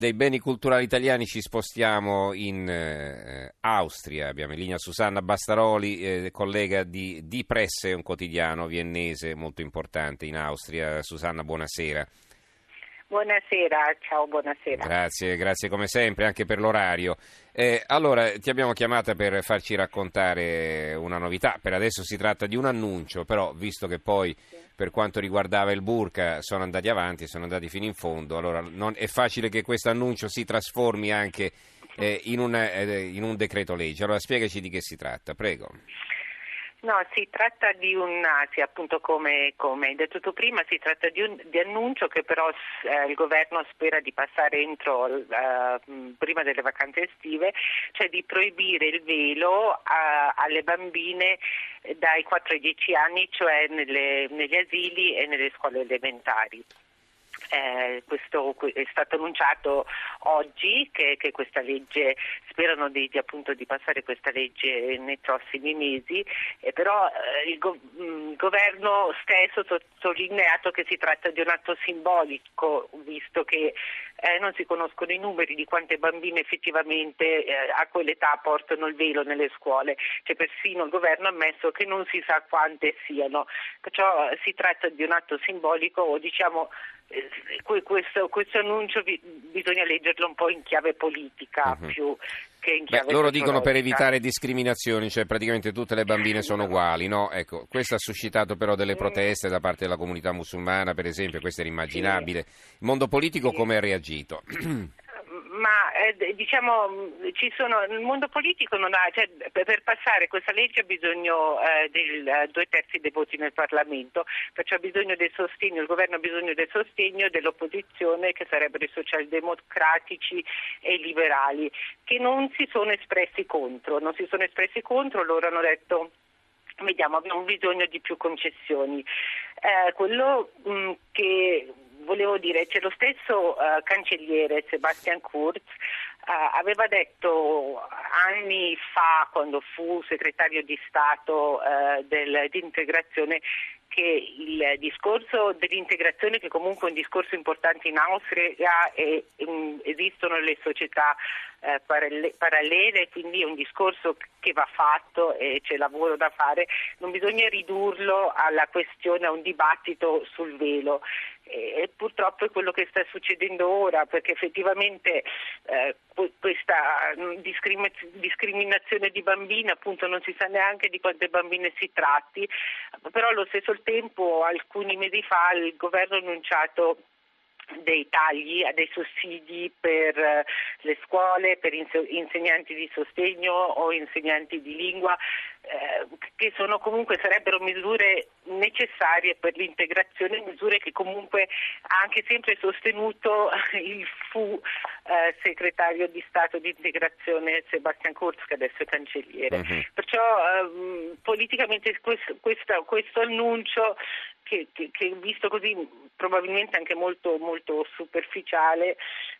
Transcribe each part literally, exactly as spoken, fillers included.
Dei beni culturali italiani ci spostiamo in eh, Austria. Abbiamo in linea Susanna Bastaroli, eh, collega di Die Presse, un quotidiano viennese molto importante in Austria. Susanna, buonasera. Buonasera, ciao, buonasera. Grazie, grazie come sempre, anche per l'orario. Eh, allora, ti abbiamo chiamata per farci raccontare una novità. Per adesso si tratta di un annuncio, però visto che poi per quanto riguardava il burqa sono andati avanti, sono andati fino in fondo, allora non è facile che questo annuncio si trasformi anche eh, in, un, eh, in un decreto legge. Allora spiegaci di che si tratta, prego. No, si tratta di un, sì, appunto come, come hai detto tu prima, si tratta di un di annuncio che però eh, il governo spera di passare entro eh, prima delle vacanze estive, cioè di proibire il velo a, alle bambine dai quattro ai dieci anni, cioè nelle, negli asili e nelle scuole elementari. Eh, questo è stato annunciato oggi che, che questa legge, sperano di, di, appunto di passare questa legge nei prossimi mesi, eh, però eh, il, go- il governo stesso ha sottolineato che si tratta di un atto simbolico, visto che eh, non si conoscono i numeri di quante bambine effettivamente eh, a quell'età portano il velo nelle scuole, cioè persino il governo ha ammesso che non si sa quante siano, perciò eh, si tratta di un atto simbolico, o diciamo Questo, questo annuncio bisogna leggerlo un po' in chiave politica uh-huh. più che in chiave Beh, loro dicono per evitare discriminazioni, cioè praticamente tutte le bambine sono uguali, no? Ecco, questo ha suscitato però delle proteste da parte della comunità musulmana, per esempio, questo era immaginabile. Il mondo politico sì. come ha reagito? Ma eh, diciamo ci sono il mondo politico non ha, cioè, per passare questa legge ha bisogno eh, del uh, due terzi dei voti nel Parlamento, perciò ha bisogno del sostegno, il governo ha bisogno del sostegno dell'opposizione, che sarebbero i socialdemocratici e i liberali, che non si sono espressi contro, non si sono espressi contro, loro hanno detto vediamo, abbiamo bisogno di più concessioni. Eh, quello mh, che volevo dire, c'è lo stesso uh, cancelliere Sebastian Kurz uh, aveva detto anni fa, quando fu segretario di Stato uh, del, di integrazione, che il discorso dell'integrazione, che comunque è un discorso importante in Austria, e, um, esistono le società eh, paralle- parallele, quindi è un discorso che va fatto e c'è lavoro da fare, non bisogna ridurlo alla questione, a un dibattito sul velo. E purtroppo è quello che sta succedendo ora, perché effettivamente eh, questa discrimi- discriminazione di bambine, appunto non si sa neanche di quante bambine si tratti, però allo stesso tempo alcuni mesi fa il governo ha annunciato dei tagli a dei sussidi per uh, le scuole, per inse- insegnanti di sostegno o insegnanti di lingua, eh, che sono comunque sarebbero misure necessarie per l'integrazione, misure che comunque ha anche sempre sostenuto il fu eh, segretario di Stato di integrazione Sebastian Kurz, che adesso è cancelliere. Uh-huh. Perciò eh, politicamente questo, questo, questo annuncio Che, che, che visto così probabilmente anche molto, molto superficiale,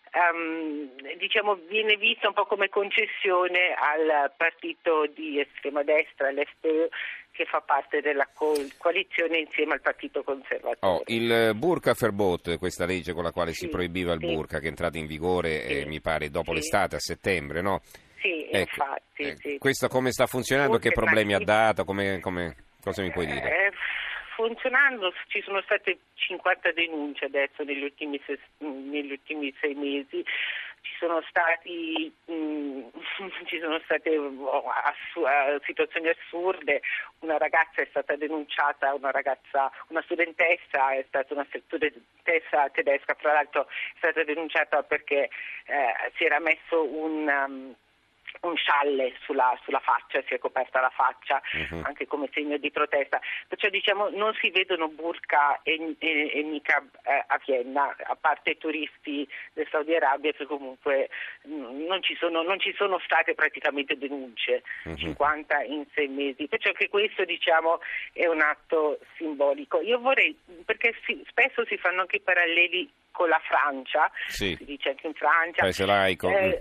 um, diciamo viene visto un po' come concessione al partito di estrema destra, l'F P Ö, che fa parte della co- coalizione insieme al partito conservatore. Oh, il Burka-Verbot, questa legge con la quale sì, si proibiva il sì. burka, che è entrata in vigore sì, eh, mi pare dopo sì. l'estate, a settembre, no? Sì, ecco, infatti. Ecco. Sì. Questo come sta funzionando? Che problemi ha dato? Come, come, cosa mi puoi dire? Eh, funzionando, ci sono state cinquanta denunce adesso negli ultimi, se, negli ultimi sei mesi, ci sono stati mh, ci sono state oh, assu- situazioni assurde. Una ragazza è stata denunciata, una ragazza, una studentessa è stata una studentessa tedesca, fra l'altro è stata denunciata perché eh, si era messo un um, un scialle sulla, sulla faccia, si è coperta la faccia uh-huh. anche come segno di protesta, perciò diciamo non si vedono burka e, e, e niqab eh, a Vienna, a parte i turisti del Saudi Arabia, che comunque mh, non ci sono non ci sono state praticamente denunce, uh-huh. cinquanta in sei mesi, perciò che questo diciamo è un atto simbolico. Io vorrei, perché si, spesso si fanno anche i paralleli con la Francia, sì. si dice anche in Francia, paese laico. eh,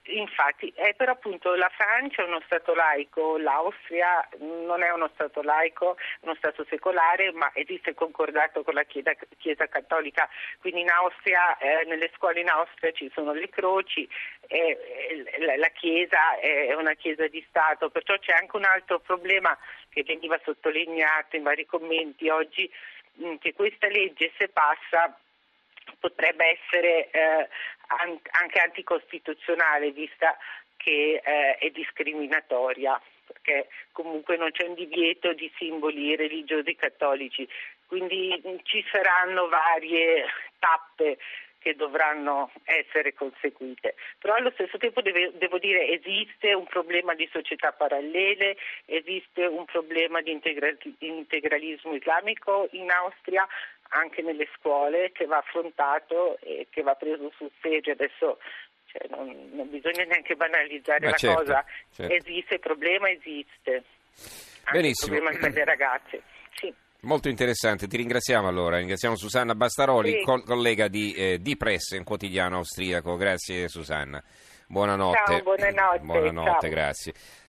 Infatti, eh, però appunto la Francia è uno Stato laico, l'Austria non è uno Stato laico, uno Stato secolare, ma esiste il concordato con la Chiesa, Chiesa Cattolica, quindi in Austria, eh, nelle scuole in Austria ci sono le croci, eh, la, la Chiesa è una Chiesa di Stato, perciò c'è anche un altro problema che veniva sottolineato in vari commenti oggi, mh, che questa legge, se passa, potrebbe essere eh, anche anticostituzionale, vista che eh, è discriminatoria, perché comunque non c'è un divieto di simboli religiosi cattolici, quindi ci saranno varie tappe che dovranno essere conseguite, però allo stesso tempo deve, devo dire esiste un problema di società parallele, esiste un problema di integra- integralismo islamico in Austria, anche nelle scuole, che va affrontato e che va preso sul serio. Adesso cioè, non, non bisogna neanche banalizzare Ma la certo, cosa, certo. esiste, il problema esiste, anche Benissimo. il problema per le ragazze. Sì. Molto interessante, ti ringraziamo allora, ringraziamo Susanna Bastaroli, Sì. co- collega di eh, Die Presse, un quotidiano austriaco. Grazie Susanna, buonanotte. Ciao, buonanotte. Buonanotte, Ciao. grazie.